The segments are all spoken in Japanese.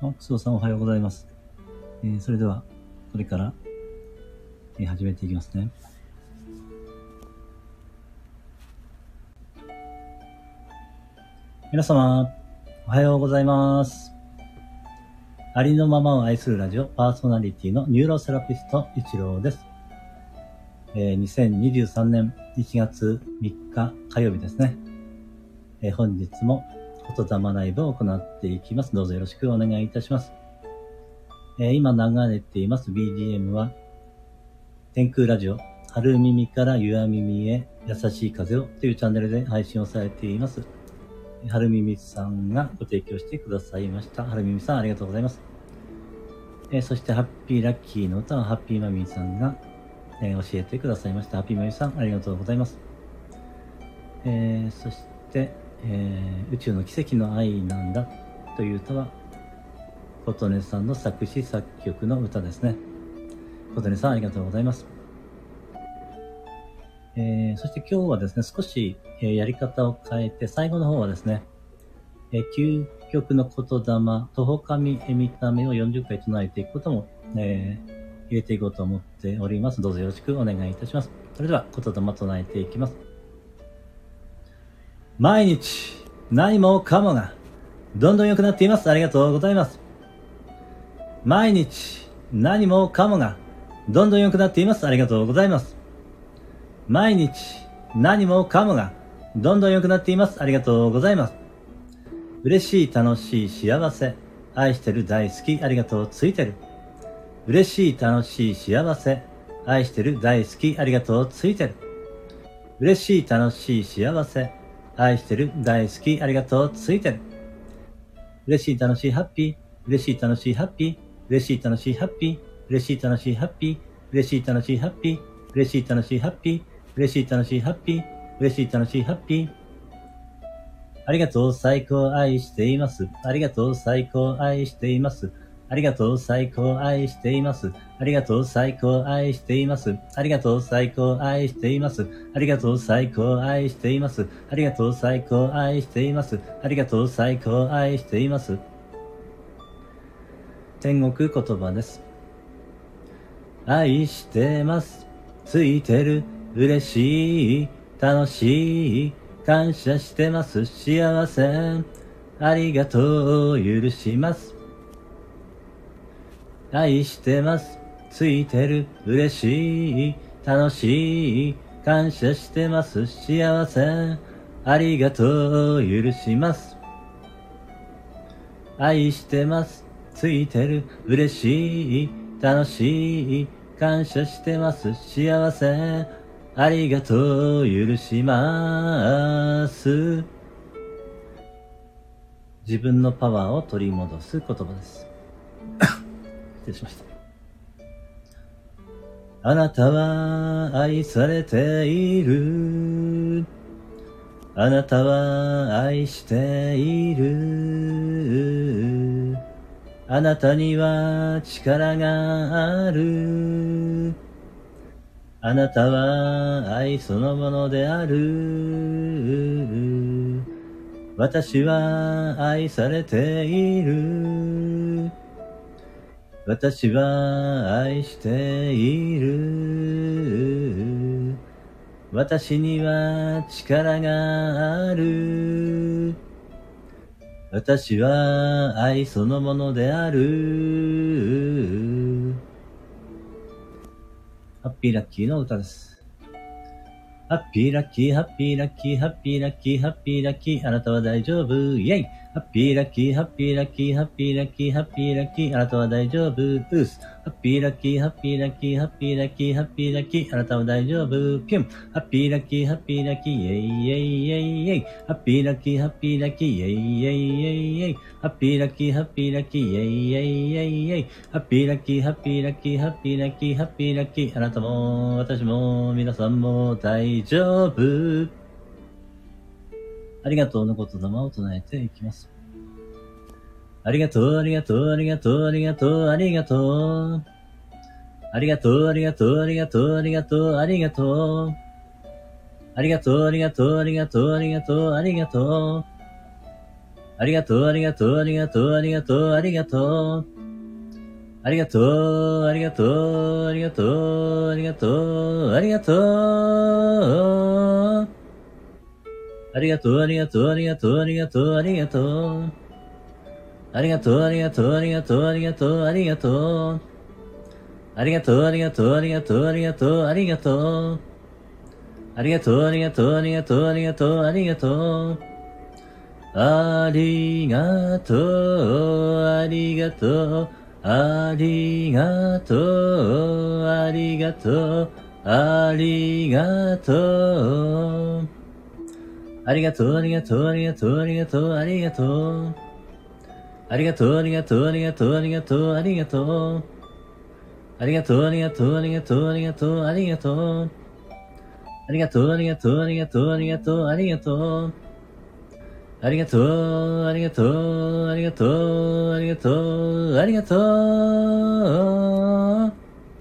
クソさんおはようございます。それでは、これから、始めていきますね。皆様、おはようございます。ありのままを愛するラジオパーソナリティのニューロセラピスト一郎です。2023年1月3日火曜日ですね。本日も言霊ライブを行っていきます。どうぞよろしくお願いいたします。今流れています BGM は天空ラジオ春耳から夕耳へ優しい風をというチャンネルで配信をされています春耳さんがご提供してくださいました。春耳さんありがとうございます。そしてハッピーラッキーの歌はハッピーマミーさんが、教えてくださいました。ハッピーマミーさんありがとうございます。そして、宇宙の奇跡の愛なんだという歌は琴音さんの作詞作曲の歌ですね。琴音さんありがとうございます。そして今日はですね、少し、やり方を変えて、最後の方はですね、究極の言霊、徒歩神えみためを40回唱えていくことも、入れていこうと思っております。どうぞよろしくお願いいたします。それでは言霊唱えていきます。毎日何もかもがどんどん良くなっています。ありがとうございます。毎日何もかもがどんどん良くなっています。ありがとうございます。毎日何もかもがどんどん良くなっています。ありがとうございます。嬉しい、楽しい、幸せ、愛してる、大好き、ありがとう、ついてる。嬉しい、楽しい、幸せ、愛してる、大好き、ありがとう、ついてる。嬉しい、楽しい、幸せ、愛してる、大好き、ありがとう、ついてる。嬉しい、楽しい、ハッピー、嬉しい、楽しい、ハッピー、嬉しい、楽しい、ハッピー、嬉しい、楽しい、ハッピー、嬉しい、楽しい、ハッピー、嬉しい、楽しい、ハッピー、嬉しい、楽しい、ハッピー、嬉しい、楽しい、ハッピー。ありがとう、最高、愛しています。ありがとう、最高、愛しています。ありがとう、最高、愛しています。ありがとう、最高、愛しています。ありがとう、最高、愛しています。ありがとう、最高、愛しています。ありがとう、最高、愛しています。ありがとう、最高、愛しています。天国言葉です。愛してます。ついてる。嬉しい。楽しい。感謝してます。幸せ。ありがとう。許します。愛してます。ついてる。嬉しい。楽しい。感謝してます。幸せ。ありがとう。許します。愛してます。ついてる。嬉しい。楽しい。感謝してます。幸せ。ありがとう。許します。自分のパワーを取り戻す言葉です。失礼しました。あなたは愛されている。あなたは愛している。あなたには力がある。あなたは愛そのものである。私は愛されている。私は愛している。私には力がある。私は愛そのものである。ハッピーラッキーの歌です。ハッピーラッキー、ハッピーラッキー、ハッピーラッキー、ハッピーラッキー、あなたは大丈夫、イェイ。ハッピーラッキー、ハッピーラッキー、ハッピーラッキー、ハッピーラッキー、あなたは大丈夫、ウース。ハッピーラッキー、ハッピーラッキー、ハッピーラッキー、ハッピーラッキー、あなたは大丈夫、ピュン。ハッピーラッキー、ハッピーラッキー、イェイイェイイェイイェイ。ハッピーラッキー、ハッピーラッキー、イェイイェイイェイイェイ。ハッピーラッキー、ハッピーラッキー、イェイイェイイェイイェイ。ハッピーラッキー、ハッピーラッキー、ハッピーラッキー、ハッピーラッキー、あなたも、私も、皆さんも大丈夫。ありがとうの言霊を唱えていきます。ありがとう、ありがとう、ありがとう、ありがとう、ありがとう。ありがとう、ありがとう、ありがとう、ありがとう、ありがとう。ありがとう、ありがとう、ありがとう、ありがとう、ありがとう。あありがとう、ありがとう、ありがとう、ありがとう、ありがとう。ありがとう、ありがとう、ありがとう、ありがとう、ありがとう。ありがとう、ありがとう、ありがとう、ありがとう、ありがとう。ありがとう、ありがとう、ありがとう、ありがとう、ありがとう。ありがとう、ありがとう、ありがとう、ありがとう、ありがとう。ありがとう、ありがとう、ありがとう、ありがとう、ありがとう。ありがとう、ありがとう、ありがとう、ありがとう、ありがとう。ありがとう、ありがとう、ありがとう、ありがとう、ありがとう。ありがとう、ありがとう、ありがとう、ありがとう、ありがとう。ありがとう、ありがとう、ありがとう、ありがとう、ありがとう。ありがとう、ありがとう、ありがとう、ありがとう、ありがとう。ありがとう、ありがとう、ありがとう、ありがとう、ありがとう。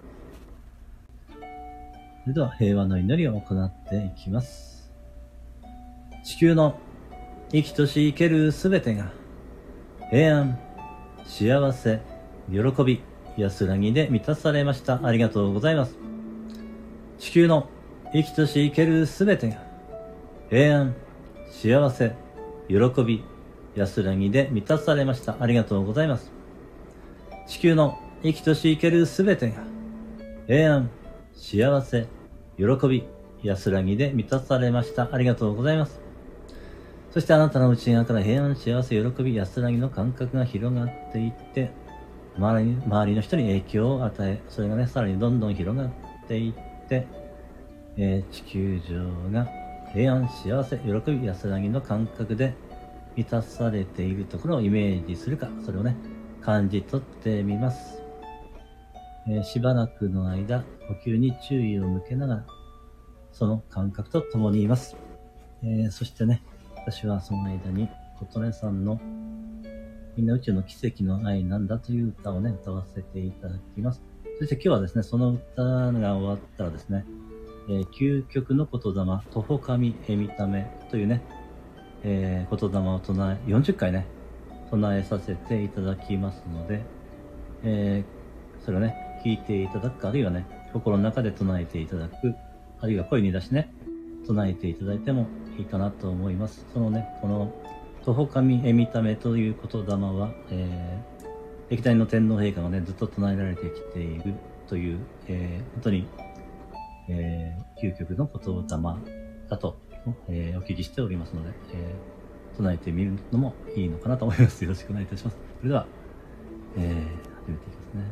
それでは平和の祈りを行っていきます。地球の生きとし生けるすべてが平安、幸せ、喜び、安らぎで満たされました。ありがとうございます。地球の生きとし生けるすべてが平安、幸せ、喜び、安らぎで満たされました。ありがとうございます。地球の生きとし生けるすべてが平安、幸せ、喜び、安らぎで満たされました。ありがとうございます。そしてあなたの内側から平安、幸せ、喜び、安らぎの感覚が広がっていって、周りの人に影響を与え、それがね、さらにどんどん広がっていって、地球上が平安、幸せ、喜び、安らぎの感覚で満たされているところをイメージするか、それをね、感じ取ってみます。しばらくの間、呼吸に注意を向けながら、その感覚と共にいます。そしてね、私はその間に、琴音さんのみんな宇宙の奇跡の愛なんだという歌をね、歌わせていただきます。そして今日はですね、その歌が終わったらですね、究極の言霊、徒歩神へみためというね、言霊を唱え、40回ね、唱えさせていただきますので、それをね、聞いていただくか、あるいはね、心の中で唱えていただく、あるいは声に出してね、唱えていただいてもいいかなと思います。そのね、この、徒歩神へみためという言霊は、歴代の天皇陛下がね、ずっと唱えられてきているという、本当に、究極の言霊だと、お聞きしておりますので、唱えてみるのもいいのかなと思います。よろしくお願いいたします。それでは、始めていきますね。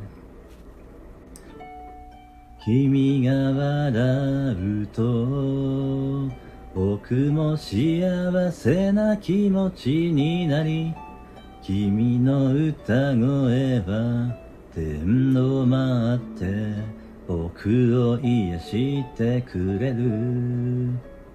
君が笑うと僕も幸せな気持ちになり、君の歌声は天を回って僕を癒してくれる。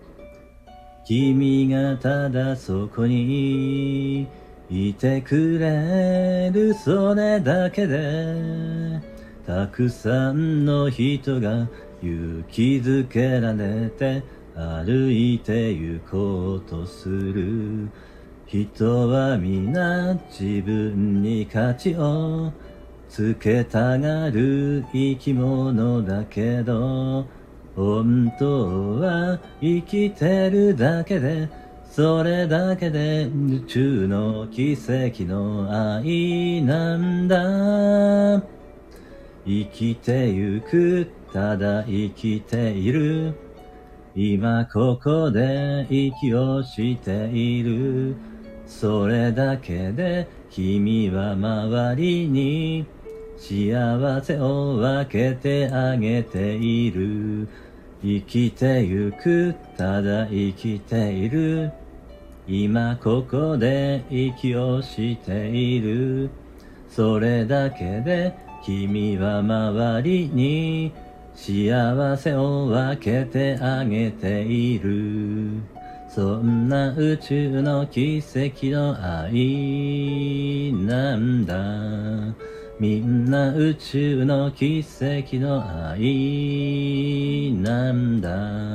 君がただそこにいてくれる、それだけでたくさんの人が勇気づけられて歩いて行こうとする。人は皆自分に価値をつけたがる生き物だけど、本当は生きてるだけで、それだけで宇宙の奇跡の愛なんだ。生きてゆく、ただ生きている。今ここで息をしている。それだけで君は周りに幸せを分けてあげている。生きてゆく、ただ生きている。今ここで息をしている。それだけで君は周りに幸せを分けてあげている。そんな宇宙の奇跡の愛なんだ。みんな宇宙の奇跡の愛なん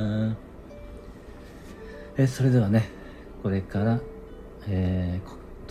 だ。それではね、これから、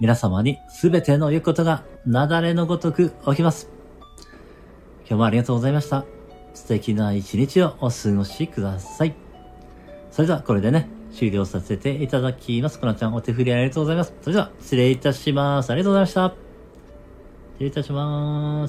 皆様にすべての良いことが雪崩のごとく起きます。今日もありがとうございました。素敵な一日をお過ごしください。それではこれでね、終了させていただきます。こなちゃんお手振りありがとうございます。それでは失礼いたします。ありがとうございました。失礼いたします。